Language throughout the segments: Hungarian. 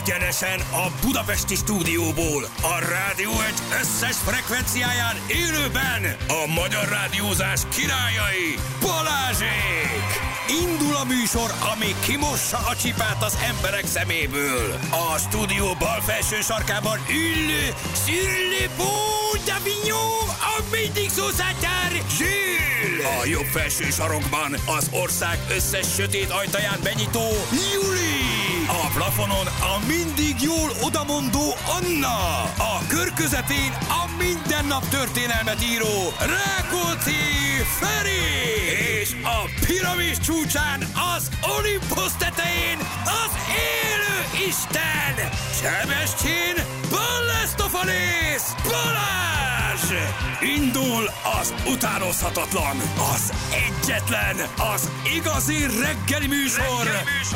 Egyenesen a budapesti stúdióból, a Rádió Egy összes frekvenciáján élőben a magyar rádiózás királyai, Balázsék! Indul a műsor, ami kimossa a csipát az emberek szeméből. A stúdió bal felső sarkában ül Szürlépó Davignon, a mindig szószátjár Zsül. A jobb felső sarokban az ország összes sötét ajtaján benyitó Juli. A plafonon a mindig jól odamondó Anna. A kör közepén a mindennap történelmet író Rákóczi Feri. És a piramis csúcsán az Olimposz tetején az élő Isten Sebestyén Balesztofalész Balázs. Indul az utánozhatatlan, az egyetlen, az igazi reggeli műsor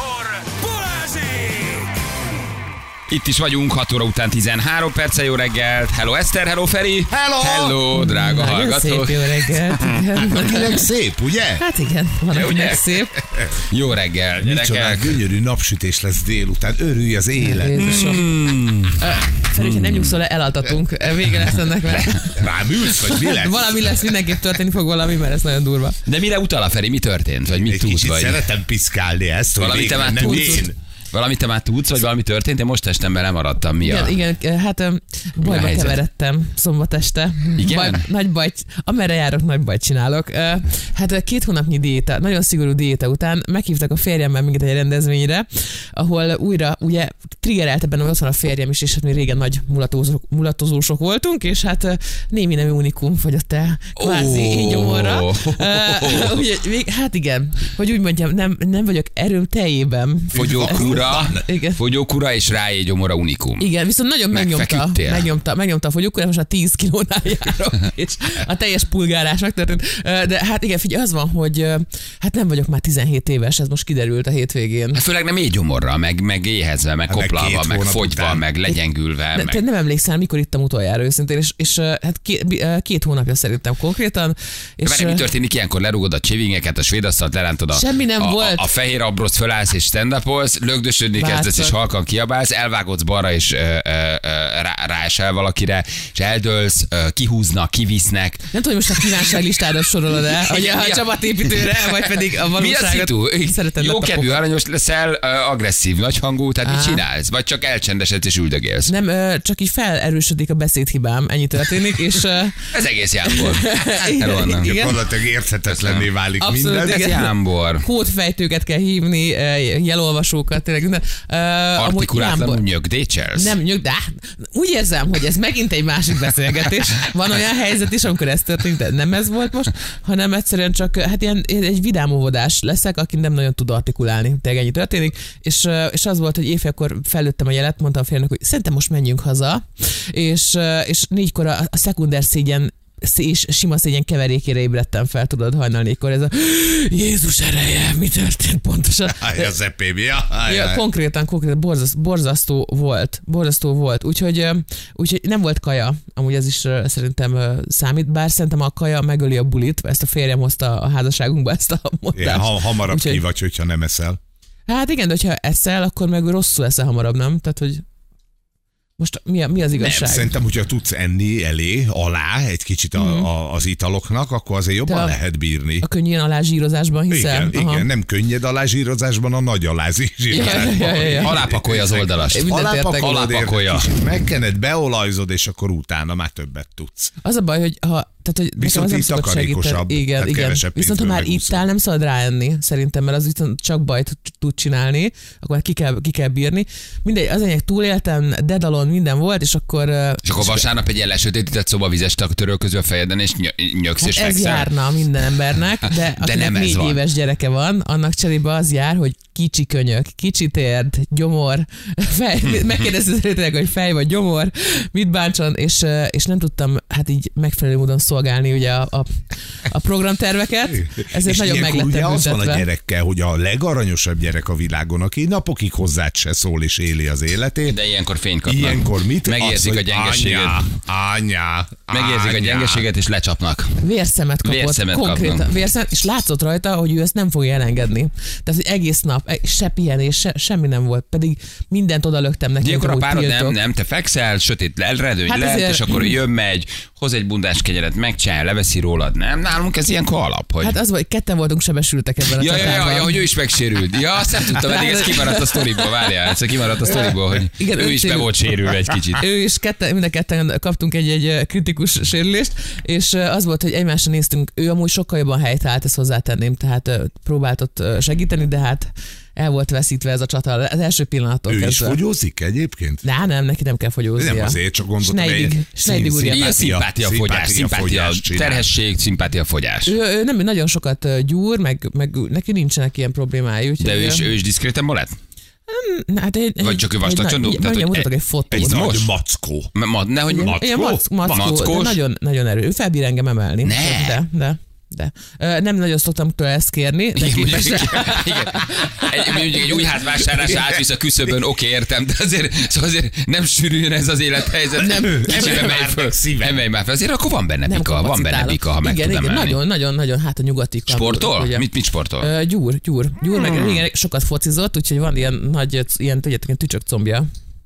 Balázsék! Itt is vagyunk, 6 óra után 13 perccel, jó reggelt. Hello Eszter, hello Feri. Hello, drága hallgatók. Szép jó reggelt. Akinek szép, ugye? Hát igen, van akinek szép. Jó reggel, Micsoda gyerekek. gyönyörű napsütés lesz délután, örülj az élet. Feri, hogyha nem nyugszol le, elaltatunk. Vége lesz ennek vele. Rám ülsz, vagy mi lesz? Valami lesz, mindenképp történni fog valami, mert ez nagyon durva. De mire utal a Feri, mi történt? Vagy mit Egy tudsz? kicsit Vagy szeretem piszkálni ezt, hogy valamit te végre már nem tudsz? én. Valamit te már tudsz, vagy valami történt? Én most estemben lemaradtam. Mi a... Igen, hát bajba helyzet? keveredtem szombat este. Igen? Nagy bajt, amerre járok, nagy bajt csinálok. Hát 2 hónapnyi diéta, nagyon szigorú diéta után meghívtak a férjemmel minket egy rendezvényre, ahol újra ugye triggerelte bennem, hogy ott van a férjem is, és hát mi régen nagy mulatozósok voltunk, és hát némi nevű unikum fogyott el kvázi így gyomorra. Hát igen, hogy úgy mondjam, nem vagyok erőm teljében. Fogyókúra és rájegyomora unikum. Igen, viszont nagyon megnyomta a fogyókúra, most már 10 kilónál járok, és a teljes pulgárás megtörtént. De hát igen, figyelj, az van, hogy hát nem vagyok már 17 éves, ez most kiderült a hétvégén. Hát főleg nem égyomorra, meg éhezve, meg koplalva, meg fogyva, után. meg legyengülve. Te nem emlékszel, mikor ittam utoljára őszintén, és hát 2 hónapja szerintem konkrétan. És Mi történik ilyenkor? Lerúgod a csivingeket, a svédasztalt, lerántod semmi nem volt. A fehér abrosz, fölállsz és stand-upolsz, lögdösödni kezdesz és halkan kiabálsz, elvágodsz balra és ráesel valakire, és eldőlsz, kihúznak, kivisznek. Nem tudom, most a kívánságlistádat sorolod el, hogy a csapatépítőre, vagy pedig a valóságot szereted. Jókedvű, aranyos leszel, agresszív, nagyhangú, tehát mit csinálsz? Vagy csak elcsendesedsz és üldögélsz? Nem, csak így felerősödik a beszédhibám, ennyi történik, és... Ez egész jámbor. Gyakorlatilag érthetetlenné válik abszolút, minden. Ez jámbor. Kódfejtőket kell hívni, jelolvasókat, tényleg minden. Artikulátlanul nyögdécselsz? Nem de úgy érzem, hogy ez megint egy másik beszélgetés. Van olyan helyzet is, amikor ez történik, de nem ez volt most, hanem egyszerűen csak hát ilyen egy vidám óvodás leszek, aki nem nagyon tud artikulálni. Tényleg ennyi történik. És az volt, hogy éjfélkor fellőttem a jelet, mondtam a férjnek, hogy szerintem most menjünk haza, és 4-kor a szekunder szégyen és sima szégyen keverékére ébredtem fel, tudod, hajnal 4-kor, ez a Jézus ereje, mi történt pontosan? Az epémia. Konkrétan borzasztó volt. Úgyhogy nem volt kaja, amúgy ez is szerintem számít, bár szerintem a kaja megöli a bulit, ezt a férjem hozta a házasságunkba, ezt a mondást. Hamarabb ki vagy, hogyha nem eszel. Hát igen, de hogyha eszel, akkor meg rosszul eszel hamarabb, nem? Tehát, hogy most mi az igazság? Nem, szerintem, hogyha tudsz enni alá egy kicsit az italoknak, akkor azért jobban lehet bírni. A könnyű alázsírozásban hiszel? Igen, nem könnyed alázsírozásban, a nagy alázsírozásban. Alápakolja az oldalast. Alápakolja. Megkened, beolajzod, és akkor utána már többet tudsz. Az a baj, hogy viszont így takarékosabb. Igen. Viszont ha már ittál, nem szabad ráenni, szerintem, mert az viszont csak bajt tud csinálni, akkor már ki kell bírni. Mindegy, az enyém túléltem, dedalon minden volt, és akkor... És akkor vasárnap egy ilyen lesötétített szobavizes törölköző a fejeden, és nyögsz és fekszel. Ez járna minden embernek, de akinek 4 éves gyereke van, annak cserébe az jár, hogy kicsi könyök, kicsi térd, gyomor, fej, megkérdezted, hogy fej vagy gyomor, mit bántson, és nem tudtam hát így megfelelő módon szolgálni ugye a programterveket, ezért nagyon meglettem az van a büntetve. gyerekkel, hogy a legaranyosabb gyerek a világon, aki napokig hozzád se szól és éli az életét. De ilyenkor fényt kapnak. Ilyenkor mit? Megérzik a gyengeséget. Anya, Megérzik a gyengeséget, és lecsapnak. Vérszemет kapott. Vérszemет konkrétan kapnak. vérszemmet, és látszott rajta, hogy ő ezt nem fogja elengedni. Tehát, hogy egész nap se pihenés, semmi nem volt. Pedig mindent odalöktem neki. Ilyenkor a hogy párod tiltok. nem, te fekszel, sötét, elredődj Hát le, ezért- és akkor jön, megy, hoz egy bundás kenyeret, megcsinálja, leveszi rólad. Nem, nálunk ez ilyenkor alap, hogy... Hát az, hogy ketten voltunk sebesültek ebben a csatában. Ja, hogy ő is megsérült. Ja, azt nem tudtam, eddig ez kimaradt a sztoriból, várjál, ez kimaradt a sztoriból, hogy Igen, ő is be volt sérülve egy kicsit. Ő is mind a ketten kaptunk egy kritikus sérülést, és az volt, hogy egymásra néztünk, ő amúgy sokkal jobban helytállt, ezt hozzátenném, tehát próbált ott segíteni, de hát el volt veszítve ez a csata az első pillanattól Ő is kezdve. fogyózik egyébként? Nem, neki nem kell fogyóznia. Nem azért, csak gondoltam, Sneidig úr, Ilyen szimpátiafogyás, terhesség, szimpátiafogyás. ő nem nagyon sokat gyúr, meg neki nincsenek ilyen problémái. De ő is diszkréten molett? Hát Vagy csak ő vastagcsondó? Mutatok egy fotót. Egy nagy most? mackó. Nehogy Ilyen mackó, Mackós? de nagyon erő. Ő felbír engem emelni. Ne. De. Nem nagyon szoktam tőle ezt kérni, de képes rá. Mondjuk egy új hátvásárlás átvisz a küszöbön, oké, értem, de azért nem sűrűn ez az élethelyzet. Nem, emelj már fel. Azért akkor van benne pika, ha meg tud Igen, emelni. nagyon, hát a nyugati. Sportol? Mit sportol? Gyúr, meg régen sokat focizott, úgyhogy van ilyen nagy, tudjátok, ilyen tücsök combja.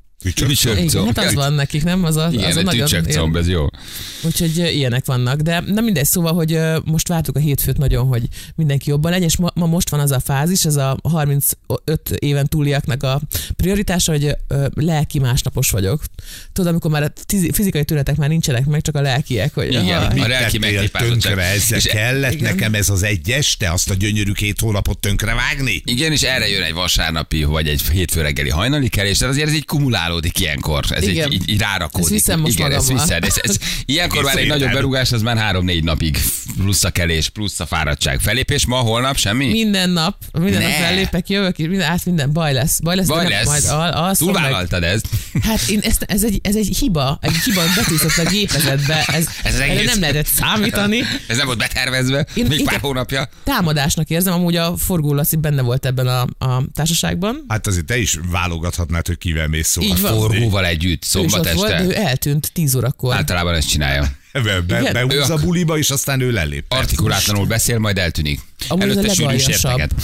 Igen, hát az van nekik, nem? Az a Tücsökcomb, ez jó. Úgyhogy ilyenek vannak, de nem mindegy, szóval, hogy most vártuk a hétfőt nagyon, hogy mindenki jobban legyen, és ma most van az a fázis, ez a 35 éven túliaknak a prioritása, hogy lelki másnapos vagyok. Tudod, amikor már a fizikai tünetek már nincsenek meg, csak a lelkiek, hogy Igen, a lelki megtépázottság. Ezzel kellett nekem ez az egyes, te azt a gyönyörű 2 hónapot tönkre vágni? Igen, és erre jön egy vasárnapi, vagy egy hétfő reggeli hajnali kelés, tehát azért ez így kumulálódik ilyenkor. Ez így rárakódik. Ezt viszem most magammal. Ilyenkor már egy nagyobb berúgás, az már 3-4 napig plusz a kelés, plusz a fáradtság. Felépés ma, holnap, semmi? Minden nap fellépek, jövök, minden baj lesz. Baj lesz? Túlvállaltad ezt? Hát ez egy hiba betűzött a gépezetbe. Ez nem lehetett számítani. Ez nem volt betervezve, még pár hónapja. Támadásnak érzem, amúgy a Forgó Laci benne volt ebben a társaságban. Hát azért te is válogathatnád, hogy kivel mész szó. A Forgóval együtt, szombat este. Volt, ő eltűnt 10 órakor. Általában ezt csinálja. Beúz a buliba, és aztán ő lelép. Artikulátlanul beszél, majd eltűnik. Előtte sűrű sérteket.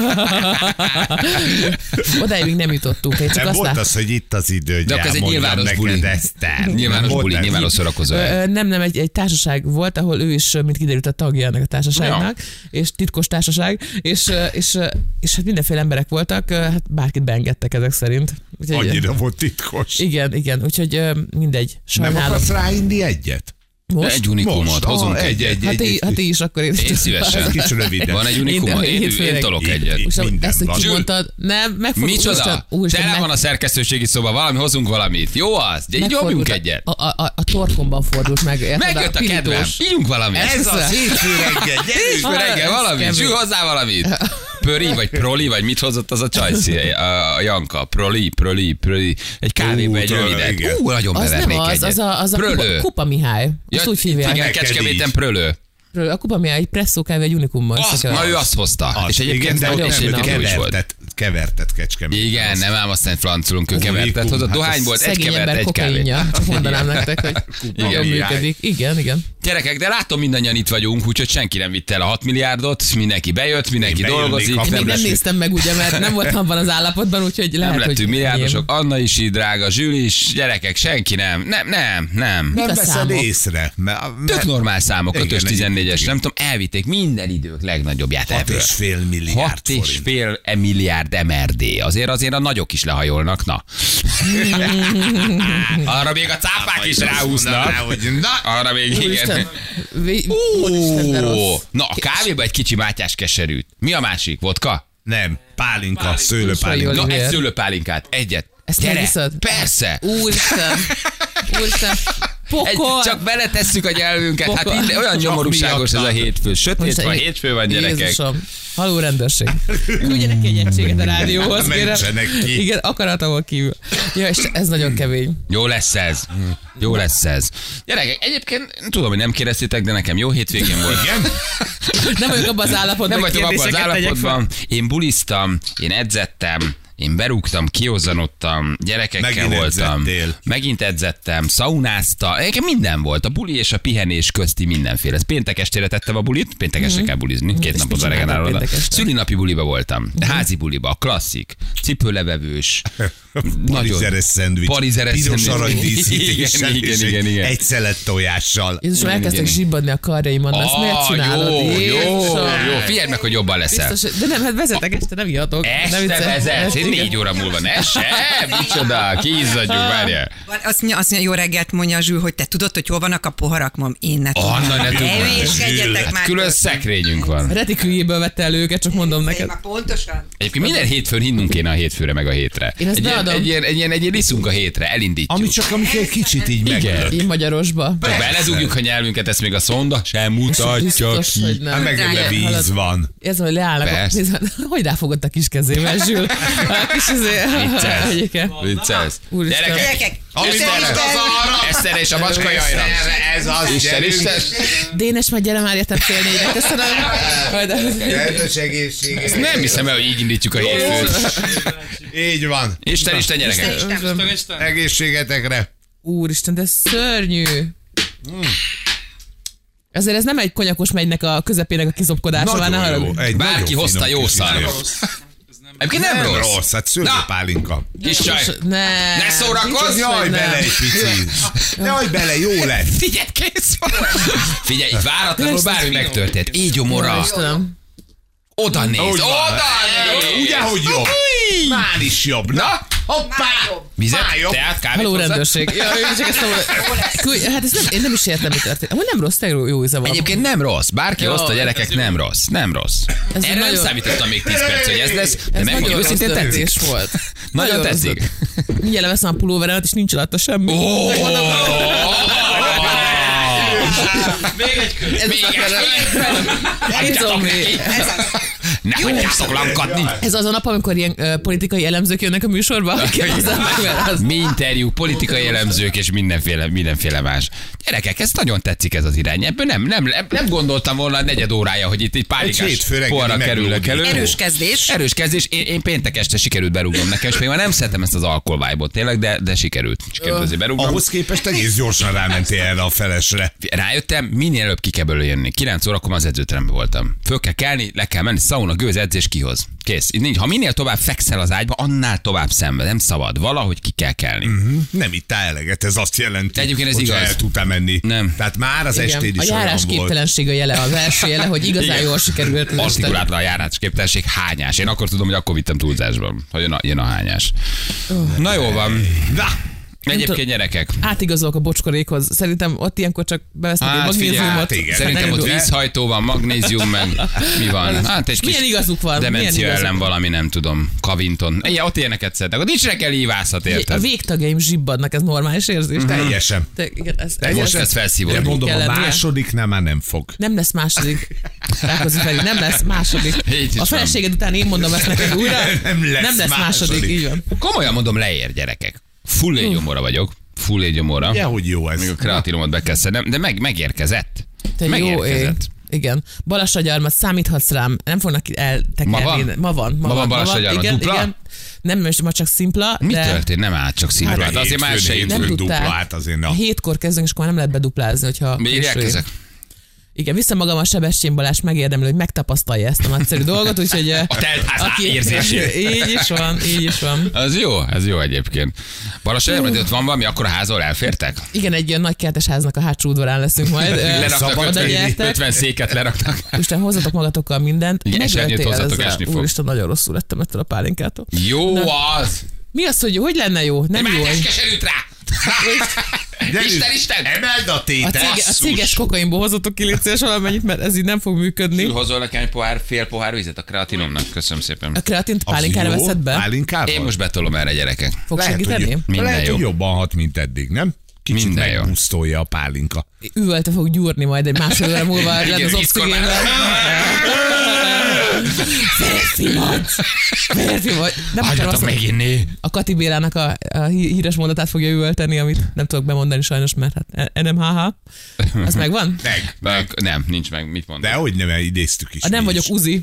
Odáig még nem jutottunk. Nem volt az, hogy itt az idő, hogy de akkor ez egy nyilvános buli. Nyilvános szórakozó. Nem, egy társaság volt, ahol ő is, mint kiderült, a tagja ennek a társaságnak, és titkos társaság, és hát mindenféle emberek voltak, hát bárkit beengedtek ezek szerint. Úgyhogy, annyira volt titkos. Igen, úgyhogy mindegy. Sajnálom. Nem akarsz ráinni egyet? Most? Egy unikumot, hozunk egy. Hát ti is akkor Én szívesen. Ez kicsit röviden. Van egy unikum, én tolok egyet. Ezt, hogy kimondtad, nem, megfordul. Micsoda? Tele van a szerkesztőségi szoba, hozunk valamit. Jó az? Nyomjunk egyet. A torkomban fordult meg. Megjött a kedvem. Ígyunk valamit. Ez az hétfő reggel. Hétfő reggel valamit. Sül hozzá valamit. Pöri, vagy proli, vagy mit hozott az a csajci? A Janka. Proli. Egy kávéba, egy rövidet. Nagyon bevernék egyet. Az a Kupa Mihály. Azt úgy hívják. Igen, Kecskeméten Prölő. A Kupa Mihály egy presszó kávé egy unikummal. Ő azt hozta. És egyébként kevertet Kecskemét. Igen, nem ám aztán francolunk, ő kevertet hozott. Dohány volt, egy kevert, egy kávé. Csak mondanám nektek, hogy jól működik. Igen. Gyerekek, de látom, mindannyian itt vagyunk, úgyhogy senki nem vitte el a 6 milliárdot, mindenki bejött, mindenki dolgozik. Még nem néztem meg, ugye, mert nem voltam abban az állapotban, úgyhogy lehet, nem lettünk hogy milliárdosok, Anna is így drága, Zsüli is, gyerekek, senki nem. Nem veszed észre. Tök normál számok, 5-ös, 14-es, nem tudom, elvitték minden idők legnagyobbját ebből. 6,5 milliárd forint. 6,5 milliárd MRD. Azért a nagyok is lehajolnak, na. Arra még a cápák is ráhúznak. Arra még, igen. Na, a kávéba egy kicsi mátyás keserűt. Mi a másik? Vodka? Nem, pálinka, szőlőpálinka. Na, egy szőlőpálinkát, egyet. Ezt megviszed? Persze. Úristen. Pokol. Csak beletesszük a nyelvünket. Hát olyan nyomorúságos ez a hétfő. Sötét van, hétfő van, gyerekek. Jézusom. Haló rendőrség. Küldjenek egy egységet a rádióhoz, kérem. Ki. Igen, akaratomon kívül. Ja, és ez nagyon kemény. Jó lesz ez. Gyerekek, egyébként tudom, hogy nem kérdeztétek, de nekem jó hétvégén volt. Igen? Nem vagyok abban az állapotban. Nem vagyok abban az állapotban. Én buliztam, én edzettem, Én berúgtam, kihozzanodtam, gyerekekkel voltam. Megint edzettem, szaunáztam. Nekem minden volt. A buli és a pihenés közti mindenféle. Ez péntek estére tettem a bulit, péntek este kell bulizni, 2 napot a regenerálódva. Szülinapi buliba voltam, házi buliba, klasszik, cipőlevevős, Parizeres szendvics, piros aranydíszítés, igen. egy szelet tojással. Jézusom, elkezdtek zsibbadni a karjaimon, ezt miért csinálod? Jó, figyelj meg, hogy jobban leszel. Biztos, de nem, hát vezetek este, nem ihatok. Este vezetsz, 4 óra múlva, ne se, micsoda, kiizzadjuk, várjál. Azt mondja, jó reggelt mondja a Zsül, hogy te tudod, hogy hol vannak a poharak, mam, én ne tudom. Anna, ne tudom. Már. Külön szekrényünk van. Retiküljéből vette elő őket, csak mondom neked. Pontosan. Egyébként minden hétfőn hinnünk kéne a hétfőre meg a hétre. Egy ilyen iszunk a hétre, elindítjuk. Ami egy kicsit így meg. Én magyarosba. Csak beledugjuk a nyelvünket, ezt még a szonda sem mutatja ki. Hát meg ebben víz van. Ez, hogy leállnak. Hogy ráfogott a kis kezével, Zsül? Viccelsz. Gyerekek! Eszterre és a macska jajra. Ez az, Isten. Dénes, majd gyere már, jöttem fél 4-re. Köszönöm. Kedves egészséget. Nem hiszem el, hogy így indítjuk a hétfőt. Így van. Isten, gyerekek. Egészségetekre. Úristen, de szörnyű. Ezért ez nem egy konyakos megynek a közepének a kizobkodása. Nagyon jó. Bárki hozta jó szar. Egyébként nem rossz. Hát szőlőpálinka. Kis csaj. Ne szórakozz! Jaj, bele egy picit. Jaj, bele, jó lett. Figyelj, kész van. Figyelj, váratlanul bármi megtörtént. Így gyomora. Oda néz. Ugye, hogy jobb? Már is jobb. Na, hoppá! Vizet, teát, kávét Halló, hozzá? rendőrség. Hát ez nem, én nem is értem, mi történt. Amúgy nem rossz, te jó íze van. Egyébként nem rossz. Bárki hozta, gyerekek, nem rossz. Nem rossz. Erre nem számítottam még 10 perc, hogy ez lesz, de megmondjuk őszintén tetszik. Volt. Nagyon tetszik. Mindjárt leveszem a pulóveremet, és nincs alatta semmi. Még egy ne hagyjátok lamkadni! Ez az a nap, amikor ilyen politikai elemzők jönnek a műsorba? Mi interjú, politikai elemzők és mindenféle más. Gyerekek, ez nagyon tetszik ez az irány. Ebből nem gondoltam volna 4 órája, hogy itt pálinkás porra kerülök elő. Erős kezdés. Erős kezdés. Én péntek este sikerült berúgnom nekem, és még már nem szeretem ezt az alkoholvájbot tényleg, de sikerült. Azért berúgnom. Ahhoz képest egész gyorsan rámentél erre a felesre. Rájöttem, minél előbb ki kell belőle jönni. 9 órakor az edzőteremben voltam. Föl kell kelni, le kell menni, szauna, gőz, edzés, kihoz. Kész. Ha minél tovább fekszel az ágyba, annál tovább szenved. Nem szabad. Valahogy ki kell kelni. Nem ittál eleget, ez azt jelenti, egyébként ez hogy igaz. El tudtál menni. Nem. Tehát már az estéd is a járásképtelenség a jele, az első jele, hogy igazán jól sikerült. Artikulátlan a járásképtelenség, hányás. Én akkor tudom, hogy akkor vittem túlzásban, hogy jön a hányás. Na jó van. Egyébként gyerekek. Átigazolok a bocskorékhoz. Szerintem ott ilyenkor csak bevesznek egy magnéziumot. Szerintem ott vízhajtó van, magnézium, meg mi van? Hát egy milyen igazuk van? Demencia ellen valami, nem tudom, Kavinton. Igen, ott ilyeneket szednek. Ott nincs reggeli ivászat, érted? A végtagjaim zsibbadnak, ez normális érzés. Teljesen. Most ezt felszívod. De mondom, a másodiknál már nem fog. Nem lesz második. Rákozni Feri, nem lesz második. A feleséged után én mondom ezt neked újra. Nem lesz második, így van. Komolyan mondom, leér, gyerekek. Full éjgyomorra vagyok. Full éjgyomorra. Ja, hogy jó ez. Még a kreatinomat be kell szednem, de megérkezett. Megérkezett. Igen. Balassagyarmat, számíthatsz rám, nem fognak eltekerni. Ma van Balassagyarmat, dupla? Igen. Nem, most ma csak szimpla. Mi történt? Nem állt csak szimpla. Hát azért már se duplát azért. 7-kor kezdünk, és akkor nem lehet beduplázni, hogyha... Miért ezek? Igen, vissza magam a Sebestyén Balázs megérdemli, hogy megtapasztalja ezt a nagyszerű dolgot, úgyhogy... A teltház érzését. Így is van. Ez jó egyébként. Balassagyarmat, ott van valami, akkor a házról elfértek? Igen, egy olyan nagy kertes háznak a hátsó udvarán leszünk majd. Leraktak 50 széket leraktak. Isten, hozzatok magatokkal mindent. Igen, esernyőt hozzatok, esni fog. Úristen, nagyon rosszul lettem ettől a pálinkától. Jó az! Mi az, hogy lenne jó? Nem jó. Keserűt rá! Isten! Emeld a tétet! A céges kokainból hozatok ki, légy szíves valamennyit, mert ez így nem fog működni. Hozol nekem fél pohár vizet a kreatinomnak? Köszönöm szépen. A kreatint pálinkára veszed be? Pálinkával? Én most betolom erre, gyerekek. Fog segíteni? Lehet, hogy jobban hat, mint eddig, nem? Kicsit megpusztolja a pálinka. Üvölte fog gyúrni majd egy másfél óra múlva, lenne az oxigénvel. Férfi vagy. Nem hagyjatok meginni. A Kati Bélának a híres mondatát fogja üvölteni, amit nem tudok bemondani sajnos, mert hát NMHH. Az megvan? Nem, nincs meg. Mit mondod? De hogy nem, idéztük is. Nem vagyok Uzi.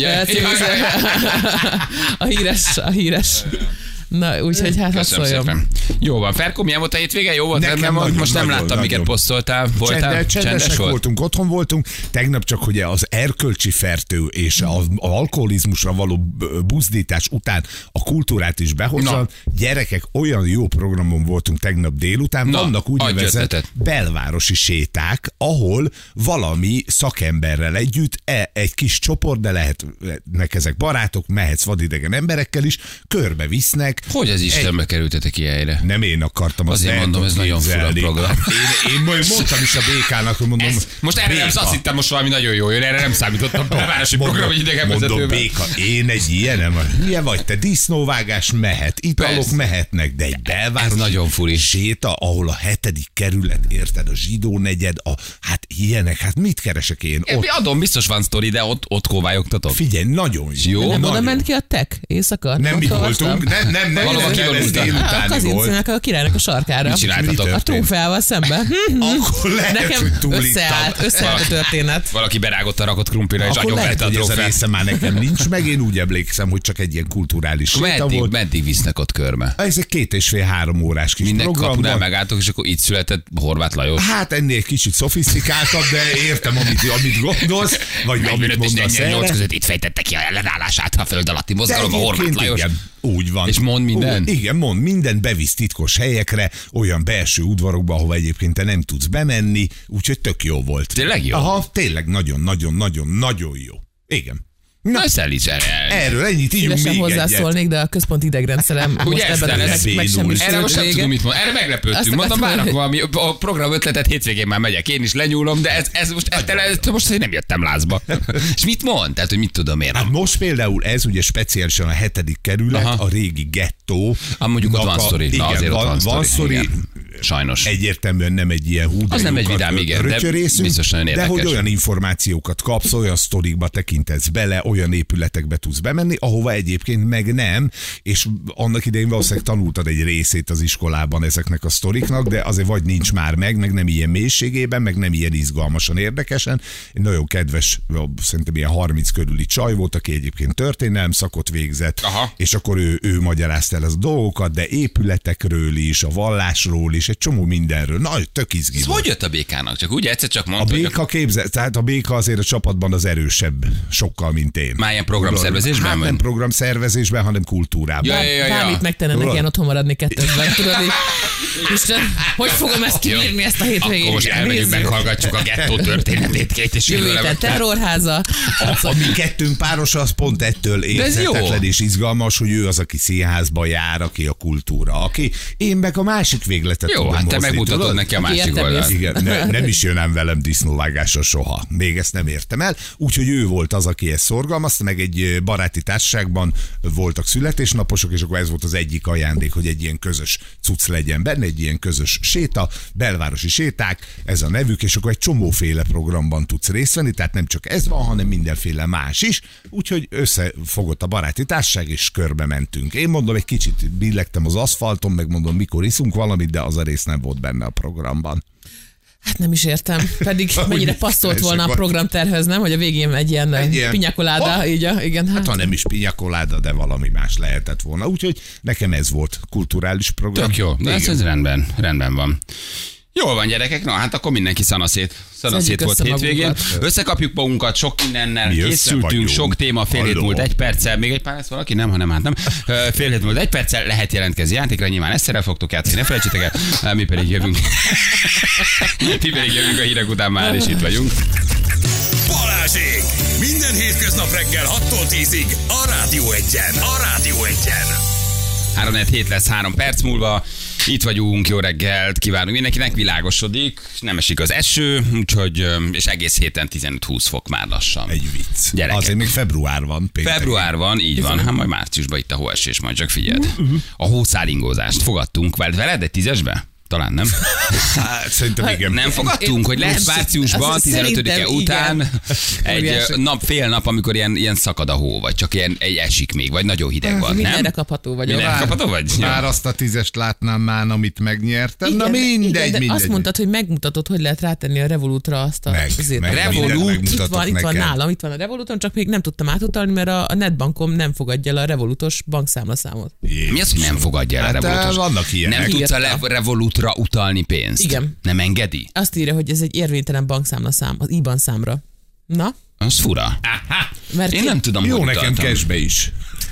A híres. Na, úgyhogy hát szóljon. Jó van, Ferko, milyen volt a hétvége? Jó volt, rendben van. Most nem láttam, miket posztoltál. Voltál? Csendesek voltunk, otthon voltunk. Tegnap csak ugye az erkölcsi fertő és az alkoholizmusra való buzdítás után a kultúrát is behozza. Gyerekek, olyan jó programon voltunk tegnap délután. Vannak úgynevezett belvárosi séták, ahol valami szakemberrel együtt egy kis csoport, de lehetnek ezek barátok, mehetsz vadidegen emberekkel is, körbevisznek. Hogy az Istenbe kerültetek ilyen helyre? Nem én akartam, azért mondom, ez nagyon fura program. Én mondtam is a BK-nak, hogy mondom... Most erre nem azt hittem, most valami nagyon jó jön, erre nem számítottam. A városi program, hogy idegenvezetőben. Mondom, BK, én egy ilyen vagy, te disznóvágás mehet, italok mehetnek, de egy belváros nagyon furi séta, ahol a 7. kerület, érted, a zsidó negyed, hát ilyenek, hát mit keresek én? Ott... Adom, biztos van sztori, de ott kóvályogtatok. Figyelj, nagyon jó. Nem oda ment ki a tek éjszaka? Nem mi voltunk, nem, ez délutáni volt. A királynak a sarkára. Mit csináltatok? A trófeával szemben. Akkor lehet, nekem hogy összeállt a történet. Valaki berágott a rakott krumplira, és agyonverte a trófeát. Ez a része már nekem nincs meg, én úgy emlékszem, hogy csak egy ilyen kulturális séta volt. Meddig visznek ott körbe? Ez egy 2,5-3 órás kis minden program. Minden kapunál megálltok, és akkor itt született Horváth Lajos. Hát ennél kicsit szofisztikáltabb, de értem, amit gondolsz, vagy amit mondasz erre. 8 között itt fejtette ki a ellenállását a föld alatti mozgalom, a Horváth Lajos. Igen, úgy van. És mond minden? Igen, mond minden, bevisz titkos helyekre, olyan belső udvarokba, ahova egyébként te nem tudsz bemenni, úgyhogy tök jó volt. Tényleg jó? Aha, tényleg nagyon jó. Igen. Na, szelíts erről ennyit ígyunk még hozzászólnék, de a központi idegrendszerem most ebben meg sem is. Erre most nem tudom, mit mondani. Erre meglepődtünk. Mondtam, várnak valami a program ötletet, hétvégén már megyek, én is lenyúlom, de ez most nem jöttem lázba. És mit mond? Tehát, hogy mit tudom én? Hát most például ez ugye speciálisan a 7. kerület, a régi gettó. Mondjuk ott van sztori. Igen, azért van sztori. Sajnos. Egyértelműen nem egy ilyen az nem egy vidám, igen, de biztos nagyon érdekes. De hogy olyan információkat kapsz, olyan sztorikba tekintesz bele, olyan épületekbe tudsz bemenni, ahova egyébként meg nem, és annak idején valószínűleg tanultad egy részét az iskolában ezeknek a sztoriknak, de azért vagy nincs már meg nem ilyen mélységében, meg nem ilyen izgalmasan, érdekesen. Egy nagyon kedves, szerintem ilyen 30 körüli csaj volt, aki egyébként történelem szakot végzett, és akkor ő magyarázta el az dolgokat, de épületekről is, a vallásról is, egy csomó mindenről. Na, tök izgi volt. Hogy jött a BK-nak? Csak úgy egyszer csak mondta, a BK tehát a BK azért a csapatban az erősebb sokkal, mint én. Már ilyen programszervezésben? Hát nem programszervezésben, hanem kultúrában. Bármit megtennenek ilyen otthon maradni kettőben. Tudod, Isten, hogy fogom ezt kiírni, ezt a hétvégét? Akkor most elmegyünk, meghallgatjuk a gettó történetét 2 és jövő héten terrorháza. A mi kettőnk párosa az pont ettől érthetetlen és izgalmas, hogy ő az, aki színházba jár, aki a kultúra, aki én meg a másik végletet jó, hát te megmutatod neki a másik oldalt. Igen, nem is jön ám velem disznóvágásra soha. Még ezt nem értem el. Úgyhogy ő volt az, aki ezt szorgalmazta, meg egy baráti társaságban voltak születésnaposok, és akkor ez volt az egyik ajándék, hogy egy ilyen közös cucc legyen benne, egy ilyen közös séta, belvárosi séták, ez a nevük, és akkor egy csomóféle programban tudsz részt venni, tehát nem csak ez van, hanem mindenféle más is. Úgyhogy összefogott a baráti társaság, és körbe mentünk. Én mondom, egy kicsit billegtem az aszfalton, meg mondom, mikor iszunk valamit, de az a rész nem volt benne a programban. Hát nem is értem. Pedig mennyire passzolt volna a programtervhez, nem? Hogy a végén egy ilyen pinyakoláda. Igen, hát ha nem is pinyakoláda, de valami más lehetett volna. Úgyhogy nekem ez volt kulturális program. Tök jó, de ez rendben van. Jól van, gyerekek, na hát akkor mindenki szanaszét volt hétvégén. Összekapjuk magunkat sok mindennel, készültünk, sok téma, fél hét múlt 1 perccel, még egy pár lesz valaki? Nem, hanem hát nem. Fél hét múlt 1 perccel lehet jelentkezni játékra, nyilván egyszerre fogtok játszani, ne felejtsétek el, mi pedig jövünk. A hírek után már, és itt vagyunk. Balázsék! Minden hétköznap reggel 6-tól 10-ig a Rádió Egyen. 3-7 lesz 3 perc múlva. Itt vagyunk, jó reggelt kívánunk mindenkinek, világosodik, nem esik az eső, úgyhogy, és egész héten 15-20 fok már lassan. Egy vicc. Gyerekek. Azért még február van. Február van, így van, hát majd márciusban itt a hóesés, majd csak figyeld. A hószálingózást fogadtunk, veled egy 10-esbe? Talán nem. Hát, szerintem igen. Nem fogadtunk, hogy lesz márciusban, 15-e után egy fél nap, amikor ilyen szakad a hó, vagy csak ilyen egy esik még, vagy nagyon hideg van, nem? Mindenre kapható vagyok. Mindenre kapható vagy? Már azt a 10-est látnám már, amit megnyertem. Na mindegy, de mindegy. azt mondtad, hogy megmutatod, hogy lehet rátenni a Revolutra azt a... Revolut, itt van nálam, itt van a Revoluton, csak még nem tudtam átutalni, mert a netbankom nem fogadja el a Revolutos bankszámlaszámot. Mi az, hogy nem fogadja el a Revolutos? Vannak ilyenek. Nem tudsz a Revolutra utalni pénzt? Igen. Nem engedi? Azt írja, hogy ez egy érvénytelen bankszámlaszám, az IBAN számra. Na? Az fura. Mert Én nem tudom, Jó hogy nekem utaltam. cashbe is.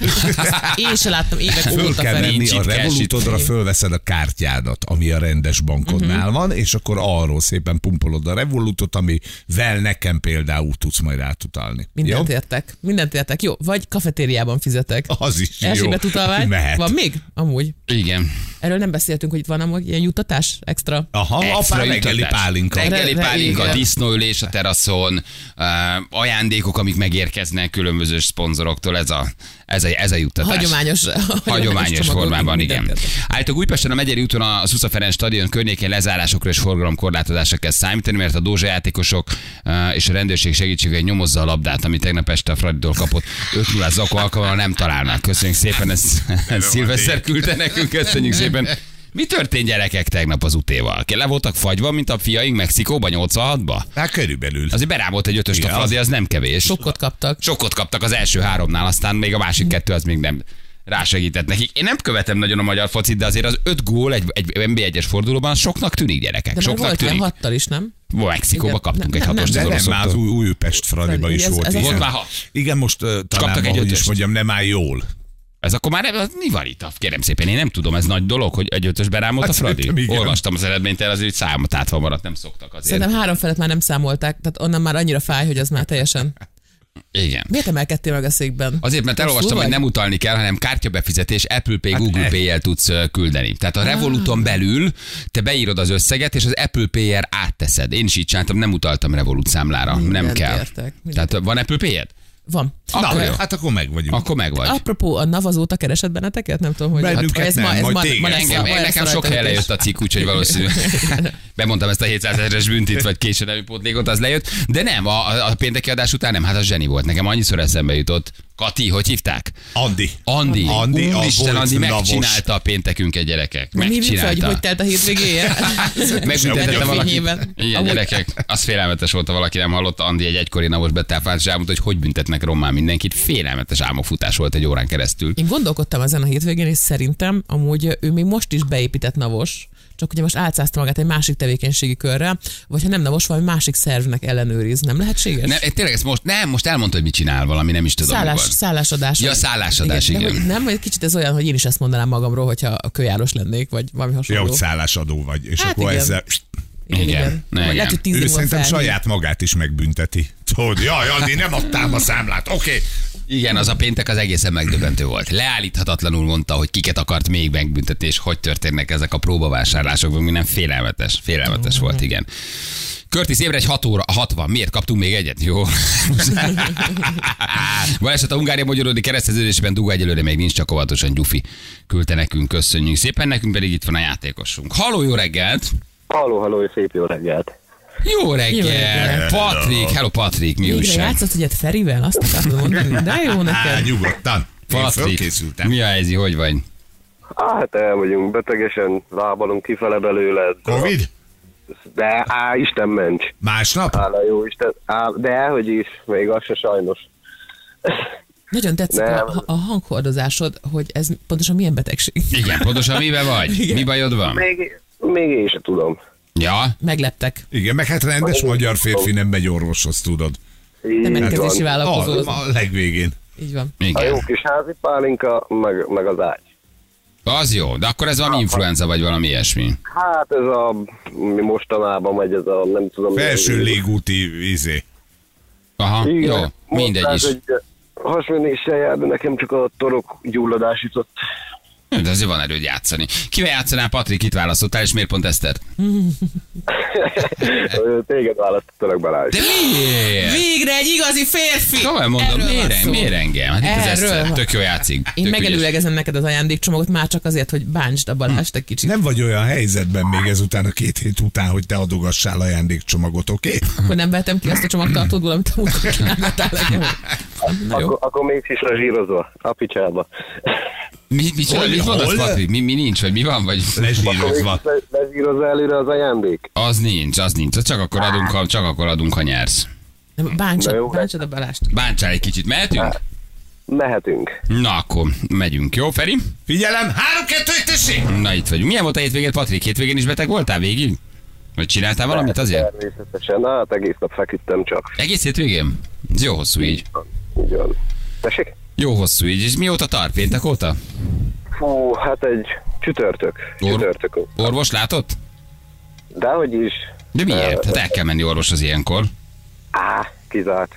Én se láttam évek Föl óta kell fel. venni Nincs a itt cash Revolutodra, itt. fölveszed a kártyádat, ami a rendes bankodnál van, és akkor arról szépen pumpolod a Revolutot, amivel nekem például tudsz majd átutalni. Mindent Jó? értek. Mindent értek. Jó, vagy kafetériában fizetek. Az is jó. Elsőbet utalvány. Mehet. Van még? Amúgy. Igen. Erről nem beszéltünk, hogy itt van amúgy ilyen juttatás extra. Aha, Extra apám reggeli juttatás. pálinka. Reggeli pálinka, igen. disznóülés a teraszon, ajándékok, amik megérkeznek különböző szponzoroktól, ez a juttatás. Hagyományos csomagok, formában, mindent igen. értek. Állítólag Újpesten a Megyeri úton a Szusza Ferenc stadion környékén lezárásokra és forgalomkorlátozásra kell számítani, mert a Dózsa játékosok és a rendőrség segítségével nyomozza a labdát, ami tegnap este a Fraditól kapott 5-0 zakó alkalommal nem találnak. Köszönjük szépen, ezt Szilveszter küldte nekünk, köszönjük szépen. Mi történt gyerekek tegnap az utéval? Le voltak fagyva, mint a fiaink Mexikóba 86-ba? Hát körülbelül. Azért berámolt egy 5-öst a Igen, Fradi, az nem kevés. Sokkot kaptak. Sokkot kaptak az első 3-nál, aztán még a másik 2 az még nem rásegített nekik. Én nem követem nagyon a magyar focit, de azért az 5 gól egy NB1-es fordulóban soknak tűnik, gyerekek. De már soknak volt tűnik. olyan 6-tal is, nem? Mexikóba Igen. kaptunk Nem, egy 6-ost nem, az De nem, már az oroszoktól. Újpest Fradiba is Ez- volt. ez igen. Volt már 6. Igen, most talán, kaptak egy hogy is ötöst. mondjam, nem áll jól. Ez akkor már mi van itt? Kérem szépen, én nem tudom, ez nagy dolog, hogy egy 5-ös berámolt a Hát Fradi? szerintem igen. Olvastam az eredményt, azért hogy számot átva maradt, nem szoktak azért. Szerintem 3 felet már nem számolták, tehát onnan már annyira fáj, hogy az már teljesen... Igen. Miért emelkedtél meg a székben? Azért, mert Rosszul elolvastam, hogy vagy? nem utalni kell, hanem kártyabefizetés, Apple Pay, Google Pay-jel tudsz küldeni. Tehát a Revoluton belül te beírod az összeget, és az Apple Pay-jel átteszed. Én is így csináltam, nem utaltam Revolut számlára. Nem Mindent kell. értek, mindent Tehát van Apple Pay-ed? Van. Akkor jó. Hát akkor meg vagyunk. Akkor meg vagy. Apropó, a NAV azóta keresett benneteket? Nem tudom, hogy... Bennünket ez nem, majd téged. lesz, Nekem sok helyre jött a cikk, úgyhogy valószínűleg bemondtam ezt a 700 000-es büntit, vagy késedelmi pótlékot, az lejött. De nem, a pénteki adás után nem, hát az zseni volt. Nekem annyiszor eszembe jutott. Kati, hogy hívták? Andi. Andi. Andi, a Úristen, volt Andi navos. megcsinálta a péntekünket, gyerekek. Nem hívjuk fel, hogy Megcsinálta. hogy telt a hétvégéje? Megbüntette valaki. Fényében. Igen, Amúgy- gyerekek, az félelmetes volt, ha valaki nem hallotta. Andi egy egykori navos betáfált, és elmondta, hogy büntetnek rommá mindenkit. Félelmetes álmokfutás volt egy órán keresztül. Én gondolkodtam ezen a hétvégén, és szerintem amúgy ő még most is beépített navos, csak ugye most álcázta magát egy másik tevékenységi körre, vagy ha nem navos, valami másik szervnek ellenőriz. Nem lehetséges? Tényleg ezt most elmondta, hogy mit csinál valami, nem is tudom. mi volt. Szállásadás. Ja, szállásadás, igen. De, hogy nem, hogy kicsit ez olyan, hogy én is ezt mondanám magamról, hogyha a kölyáros lennék, vagy valami Ja, hasonló. hogy szállásadó vagy, és Hát akkor igen. ezzel... Igen. Igen. Igen. Vagy lehet, hogy 10 Ő év múlva szerintem felhív. saját magát is megbünteti. Tudod, jaj, Andi, nem adtál a számlát, oké. Igen, az a péntek az egészen megdöbbentő volt. Leállíthatatlanul mondta, hogy kiket akart még megbüntetni, és hogy történnek ezek a próbavásárlások, minden félelmetes volt, igen. Curtis ébredj 6 óra, 60. Miért kaptunk még egyet? Jó. Baleset a Hungária-Magyarországi kereszteződésben dugó egyelőre még nincs, csak óvatosan Gyufi küldte nekünk, köszönjük szépen, nekünk pedig itt van a játékosunk. Halló, jó reggelt! Halló, szép jó reggelt. Jó reggelt! reggelt. Patrik, hello Patrik, mi Végre újság? játszott egyet Ferivel? Azt akartam mondani. De jó Á, neked. nyugodtan. Én Patrik, fölkészültem. mi a helyzet, hogy vagy? Hát el vagyunk betegesen, lábalunk kifele belőle. Covid? De Isten ments. Másnap? Hála jó Isten. De hogy is, még az se sajnos. Nagyon tetszik Nem. a hanghordozásod, hogy ez pontosan milyen betegség. Igen, pontosan mivel vagy? Igen. Mi bajod van? Még én se tudom. Ja? Megleptek. Igen, meg hát rendes magyar férfi nem megy orvoshoz, tudod. Temetkezési van. vállalkozó. A legvégén. Így van. A jó Igen. kis házi pálinka, meg az ágy. Az jó, de akkor ez valami influenza vagy valami ilyesmi. Hát ez mi mostanában megy, ez a nem tudom. Felső légúti izé. Aha, Igen. jó, mindegy Mondták, is. hogy hasmenéssel jár, de nekem csak a torok gyulladás jutott. De azért van erőd játszani. Kivel játszanál, Patrik? Kit választottál, és miért pont Esztert? Téged választottalak, Balázs. De miért? Végre egy igazi férfi! Komolyan mondom, miért engem? Hát itt az Erről Eszter, van. tök jó játszik. Én Tök megelőlegezem neked az ajándékcsomagot már csak azért, hogy bántsd a Balást egy kicsit. Nem vagy olyan helyzetben még ezután a 2 hét után, hogy te adogassál ajándékcsomagot, oké? Akkor nem vettem ki azt a csomagtartódból, amit a múltkor kínáltál nekem. Na jó. Akkor mégis lezsírozva, a picsába. Mit mondasz, Patrik? Mi nincs, vagy mi van? Vagy... Lezsírozva. Lezsírozza előre az ajándék? Az nincs. Csak akkor adunk, ha nyersz. Bántsad a Balást. Bántsál egy kicsit. Mehetünk? Mehetünk. Na akkor megyünk. Jó, Feri? Figyelem, 3-2-1, tessék! Na itt vagyunk. Milyen volt a hétvégén, Patrik? Hétvégén is beteg voltál végig? Vagy csináltál valamit azért? Természetesen, hát egész nap feküdtem csak. Egész hétvégén? Ez jó hosszú így. Így van. Tessék? Jó hosszú így. És mióta tart? Péntek óta? Fú, hát egy csütörtök. Csütörtökön. Orvos látott? Dehogy is. De miért? Hát el kell menni orvoshoz ilyenkor. Kizárt.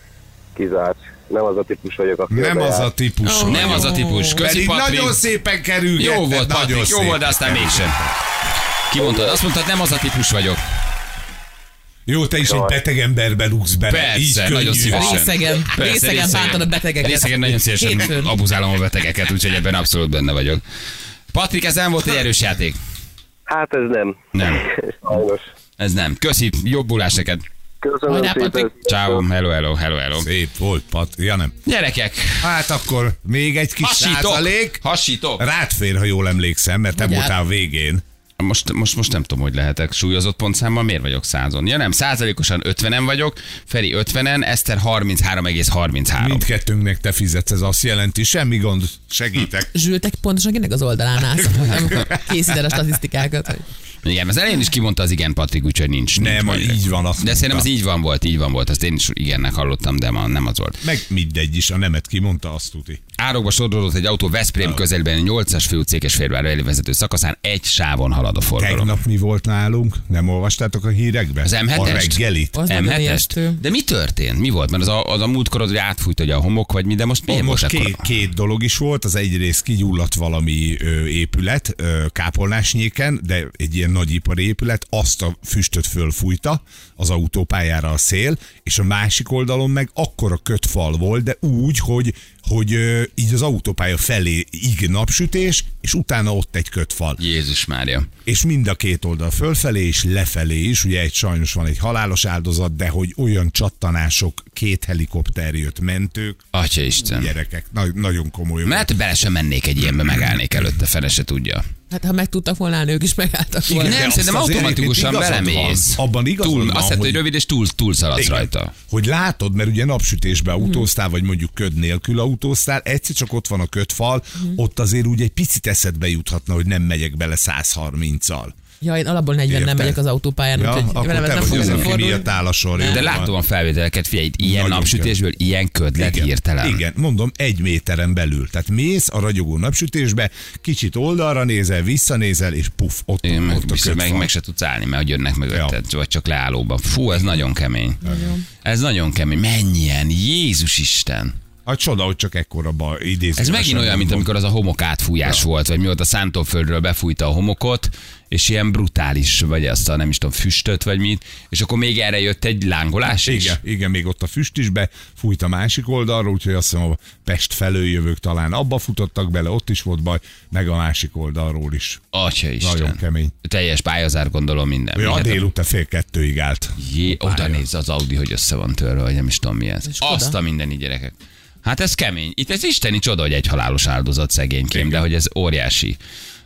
Nem az a típus vagyok, aki Nem az a típus. Nem az a típus. Köszi, Pedig Patrik. nagyon szépen kerülgetted. Jó volt, Patrik. Jó volt, de aztán mégsem. Ki mondtad? Azt mondtad, nem az a típus vagyok. Jó, te is egy beteg emberben lugsz bele. Persze, Így nagyon könnyű. szívesen. Részegen bántad a betegeket. Részegen nagyon szívesen Hétfőn. abuzálom a betegeket, úgyhogy ebben abszolút benne vagyok. Patrik, ez nem volt egy erős játék. Hát ez nem. Nem. Sajnos. Ez nem. Köszi, jobbulás neked. Köszönöm Hajrá, szépen. Patrik. Ciao, hello. Szép volt, Ja nem. Gyerekek, Hát akkor még egy kis százalék. hasítok. Rád fér, ha jól emlékszem, mert te voltál a végén. Most nem tudom, hogy lehetek súlyozott pontszámmal, miért vagyok 100-on? Ja nem, százalékosan 50-en vagyok, Feri 50-en, Eszter 33,33. Mindkettőnknek te fizetsz, ez azt jelenti, semmi gond, segítek. Zsültek pontosan kinek az oldalán állsz, amikor készíted a statisztikákat. Hogy... Igen, az elején is kimondta az igen, Patrik, úgyhogy nincs. Nem, majd. így van. De szerintem az így van volt, azt én is igennek hallottam, de nem az volt. Meg mindegy is, a nemet kimondta, azt tuti. Árokba sodródott egy autó Veszprém közelben, 8-as főútszékes félvárra elvezető szakaszán egy sávon halad a forgalom. Tegnap mi volt nálunk? Nem olvastátok a hírekbe? Az M7-est? A reggelit. Az nagyon M7-est? ijesztő. De mi történt? Mi volt? Mert az a múltkor hogy átfújt hogy a homok, vagy mi, de most miért Most volt akkor? két dolog is volt, az egyrészt kigyulladt valami épület Kápolnásnyéken, de egy ilyen nagyipari épület, azt a füstöt fölfújta az autópályára a szél, és a másik oldalon meg akkora kötfal volt, de úgy, hogy így az autópálya felé napsütés, és utána ott egy kötfal. Jézus Mária. És mind a két oldal fölfelé és lefelé is, ugye sajnos van egy halálos áldozat, de hogy olyan csattanások, 2 helikopter jött, mentők, Atya Isten. gyerekek, nagyon komoly volt. Mert bele sem mennék egy ilyenbe, megállnék előtte, fele se tudja. Hát ha meg tudtak volna állni, ők is megálltak volna. Nem, de szerintem azt azért automatikusan igazad belemész. van. Abban igazad van, Azt hiszem, hogy hogy- rövid és túl szaladsz rajta. Hogy látod, mert ugye napsütésben autóztál, vagy mondjuk köd nélkül autóztál, egyszer csak ott van a kötfal, ott azért úgy egy picit eszedbe juthatna, hogy nem megyek bele 130-al. Ja, én alapból 40 nem Érted? megyek az autópályán, Ja, úgyhogy akkor velem ez te nem vagy fog az, aki előfordulni. miatt áll a sor. jó De van. látom a felvételeket, figyelj, itt ilyen Nagyon napsütésből, ilyen köd lett hirtelen. Igen, mondom, 1 méteren belül. Tehát mész a ragyogó napsütésbe, kicsit oldalra nézel, visszanézel, és puff, ott Én ott a meg kötfal. se tudsz állni, mert hogy jönnek mögötted, vagy csak leállóba. Fú, ez nagyon kemény. Ez nagyon kemény. Mennyien, Jézus Isten. A csoda, hogy csak ekkora baj idézés. Ez megint olyan, mint amikor az a homok átfújás volt, vagy mi volt a szántóföldről befújta a homokot, és ilyen brutális, vagy azt a nem is tudom, füstöt, vagy mit, és akkor még erre jött egy lángolás is. Igen, még ott a füst is befújt a másik oldalról, úgyhogy azt hiszem a Pest felől jövők talán abba futottak bele, ott is volt baj, meg a másik oldalról is. Atya Isten. Nagyon kemény. Teljes pályazár, gondolom minden. Ja, Mindent- délután 1:30-ig állt. Oda nézz az Audi, hogy össze van törve, vagy nem is tudom mi ez. És Azt oda? a mindeni gyerekek. Hát ez kemény. Itt ez isteni csoda, hogy egy halálos áldozat szegénykém, de hogy ez óriási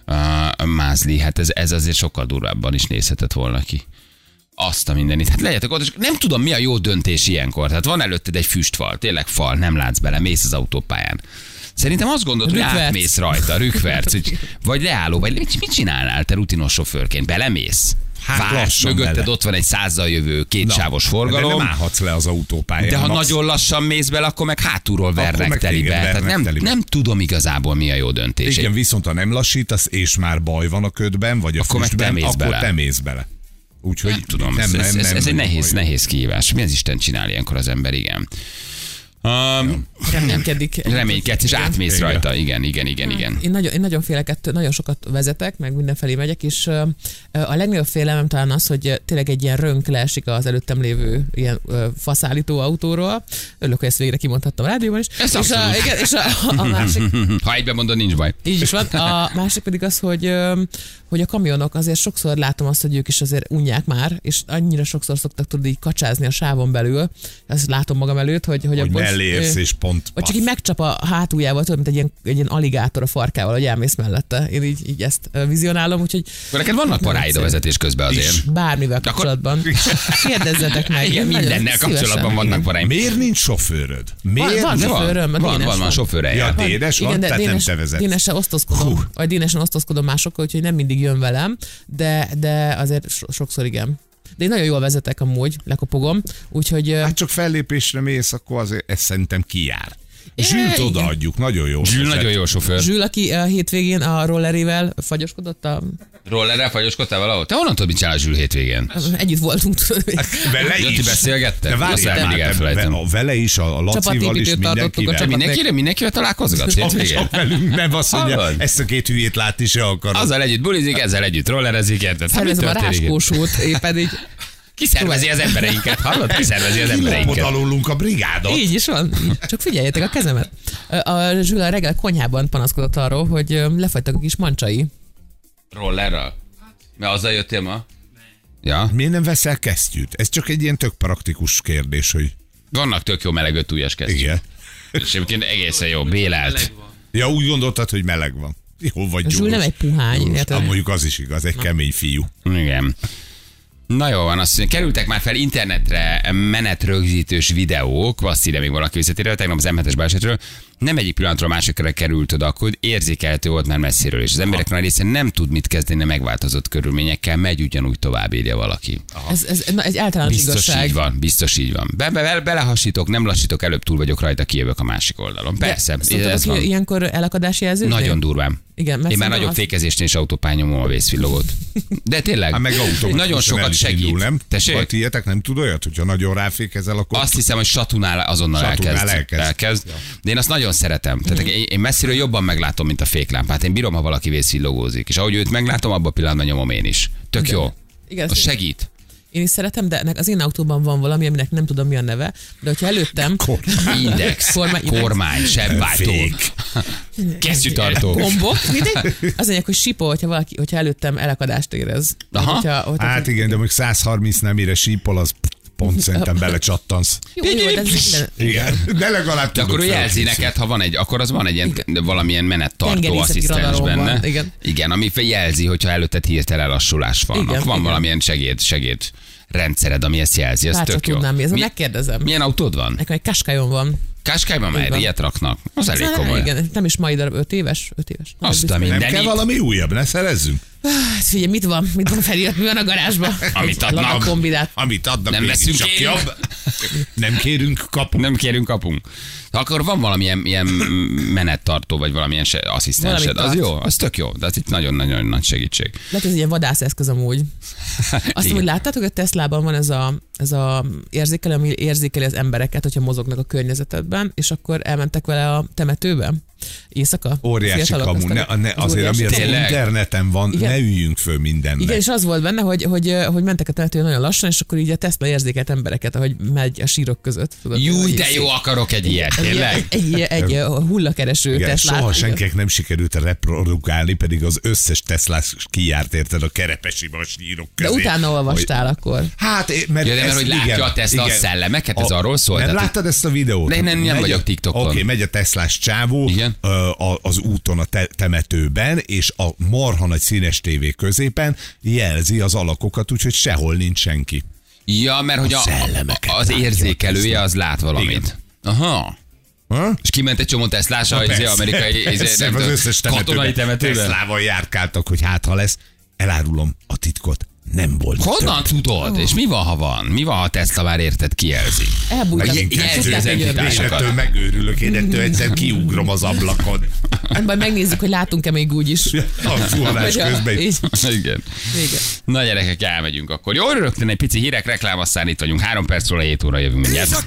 mázli. Hát ez azért sokkal durvábban is nézhetett volna ki. Azt a mindenit. Hát legyetek ott, és nem tudom, mi a jó döntés ilyenkor. Tehát van előtted egy füstfal, tényleg fal, nem látsz bele, mész az autópályán. Szerintem azt gondolod, hogy Rükverc. átmész rajta, rükverc, vagy leálló, vagy mit csinálnál te rutinos sofőrként? Belemész? Hát Vársz, lassan mögötted bele. ott van egy 100-zal jövő kétsávos De forgalom. nem állhatsz le az autópályán. De ha Max- nagyon lassan mész bele, akkor meg hátulról vernek meg telibe. téged Tehát vernek nem, telibe. nem tudom igazából, mi a jó döntés. Igen, viszont ha nem lassítasz, és már baj van a ködben, vagy a Akkor meg te füstben, mész akkor bele. te mész bele. Úgyhogy Nem tudom, ez egy nagyon nehéz baj. kihívás. Mi az Isten csinál ilyenkor az ember, igen. Reménykedsz, és átmész rajta. Igen. Én nagyon félek ettől, nagyon sokat vezetek, meg mindenfelé megyek, és a legnagyobb félelmem talán az, hogy tényleg egy ilyen rönk leesik az előttem lévő ilyen faszállító autóról. Örülök, hogy ezt végre kimondhattam a rádióban is. És a másik... Ha egyben mondod, nincs baj. Így is van. A másik pedig az, hogy a kamionok, azért sokszor látom azt, hogy ők is azért unják már, és annyira sokszor szoktak tudni így kacsázni a sávon belül. Ezt látom magam előtt, hogy mellé érsz, és pont. Vagy csak így megcsap a hátuljával, tudod, mint egy ilyen aligátor a farkával, hogy elmész mellette. Én így ezt vizionálom, úgyhogy... Neked vannak paráid a vezetés közben azért. Bármivel kapcsolatban. Kérdezzetek meg. Igen, mindennel kapcsolatban vannak paráid. Miért nincs sofőröd? Van sofőröm. Van sofőre. Ja, Dénes van, tehát nem te vezetsz. Dénesen osztozkodom másokkal, úgyhogy nem mindig jön velem, de azért sokszor igen. De én nagyon jól vezetek amúgy, lekopogom, úgyhogy... Hát csak fellépésre mész, akkor azért ezt szerintem kijár. Zsült odaadjuk, nagyon jó. Zsül nagyon jó sofőr. Zsül, aki a hétvégén a rollerével fagyoskodott Rollerrel fagyoskodtál valahol? Te honnan tudod, mit csinál a Zsül hétvégén? Együtt voltunk. Vele is. Beszélgettek? Vele is, a Lacival is, mindenkivel. Mindenkivel találkozgat hétvégén? Velünk nem azt mondja, ezt a két hülyét látni se akarom. Azzal együtt bulizik, ezzel együtt rollerezik. Szervezem a ráskósút, éppen így. Kiszervezi az embereinket, hallod? Kiszervezi az embereinket. Kilapodalulunk a brigádot. Így is van. Csak figyeljetek a kezemet. A Zsula reggel konyhában panaszkodott arról, hogy lefagytak a kis mancsai. Rollerral? Mert azzal jöttél ma? Ja. Miért nem veszel kesztyűt? Ez csak egy ilyen tök praktikus kérdés, hogy... Vannak tök jó meleg 5 ujjas kesztyű. Igen. És egyébként egészen jó, bélelt. Ja, úgy gondoltad, hogy meleg van. Jó vagy, Zsula nem egy puhány. Mondjuk az is igaz, egy kemény fiú. Igen. Na jó van, azt mondja, kerültek már fel internetre menetrögzítős videók, azt írja még valaki visszatérve, tegnap az M7-es balesetről, nem egyik pillanatról másikra került oda, akkor érzékelhető volt már messziről, és az emberek nagy része nem tud mit kezdeni a megváltozott körülményekkel, megy ugyanúgy tovább, írja valaki. Ez egy általános igazság. Biztos így van. Belehasítok, nem lassítok, előbb túl vagyok rajta, kijövök a másik oldalon. Persze. Ez van. Ilyenkor elakadási jelző? Nagyon durván. Igen, én már nagyobb fékezésnél is autópályán nyomom a vészvillogót. De tényleg, nagyon sokat segít. Indul, nem? Vagy ilyetek nem tud olyat, hogyha nagyon ráfékezel, akkor... Azt hiszem, hogy satunál azonnal elkezd. Ja. De én azt nagyon szeretem. Tehát én messziről jobban meglátom, mint a féklámpát. Én bírom, ha valaki vészvillogózik. És ahogy őt meglátom, abban a pillanatban nyomom én is. Tök jó. Igen, az segít. Én is szeretem, de az én autóban van valami, aminek nem tudom mi a neve, de hogyha előttem... Index, kormány, sebváltó, kesztyűtartó. Gombok, mindegy. Az mondják, hogy sípol, hogyha előttem elakadást érez. Aha. Hát igen, de mondjuk 130 nem ére sípol, az pont szerintem belecsattansz. Jó, igen, de legalább de akkor jelzi neked, ha van akkor az van egy ilyen valamilyen menettartó asszisztens benne. Igen, ami jelzi, hogyha előtted hirtelen lassulás van. Igen, van valamilyen segéd rendszered, ami ezt jelzi, ez tök jó. Tudnám, megkérdezem. Milyen autód van? Nekem egy Qashqaion van. Qashqaiban már ilyet raknak. Az elég komoly. Igen, nem is mai darab, 5 éves. Azt a mindenit. Nem kell valami újabb, ne szerezzünk. Hát figyelj, mit van felirat, mi van a garázsban? Amit adnak. Amit adnak, nem veszünk jobb. Nem kérünk, kapunk. Akkor van valamilyen ilyen menettartó, vagy valamilyen asszisztensed. Az jó, az tök jó, de az itt nagyon-nagyon nagy segítség. Lehet, ez ilyen vadászeszköz amúgy. Azt hogy láttátok, hogy a Teslában van ez a érzékelő, ami érzékeli az embereket, hogyha mozognak a környezetedben, és akkor elmentek vele a temetőbe. Éjszaka? Óriási kamu. Azért, ami az interneten van, igen. Ne üljünk föl mindennek. Igen, és az volt benne, hogy mentek a temetőn nagyon lassan, és akkor így a Tesla érzékelt embereket, ahogy megy a sírok között. Tudod, Júj, de jó, akarok egy ilyet, tényleg? Egy hullakereső Teslát. Soha senkinek nem sikerült reprodukálni, pedig az összes Teslás kijárt, érted, a kerepesibe a sírok közé. De utána olvastál akkor. Hát, mert hogy látja a Tesla a szellemeket, ez arról szól. Nem láttad ezt a videót? Nem vagyok TikTokon. Oké, megy a Teslás csávó az úton a temetőben, és a marha nagy színes tévé középen jelzi az alakokat, úgyhogy sehol nincs senki. Ja, mert hogy az érzékelője az lát valamit. Igen. Aha. És kiment egy csomó Teslás az amerikai katonai temetőben. Teslával járkáltak, hogy hát ha lesz. Elárulom a titkot. Nem volt. Honnan tudod? És mi van, ha van? Mi van, ha Tesla már érted kijelzi? Ettől megőrülök, én ettől egyszer kiugrom az ablakon. Majd megnézzük, hogy látunk-e még úgy is. A zuhanás közben. Igen. Na gyerekek, elmegyünk akkor. Jó, rögtön egy pici hírek, reklám, aztán itt vagyunk. 3 perc róla 7 óra jövünk mindjárt.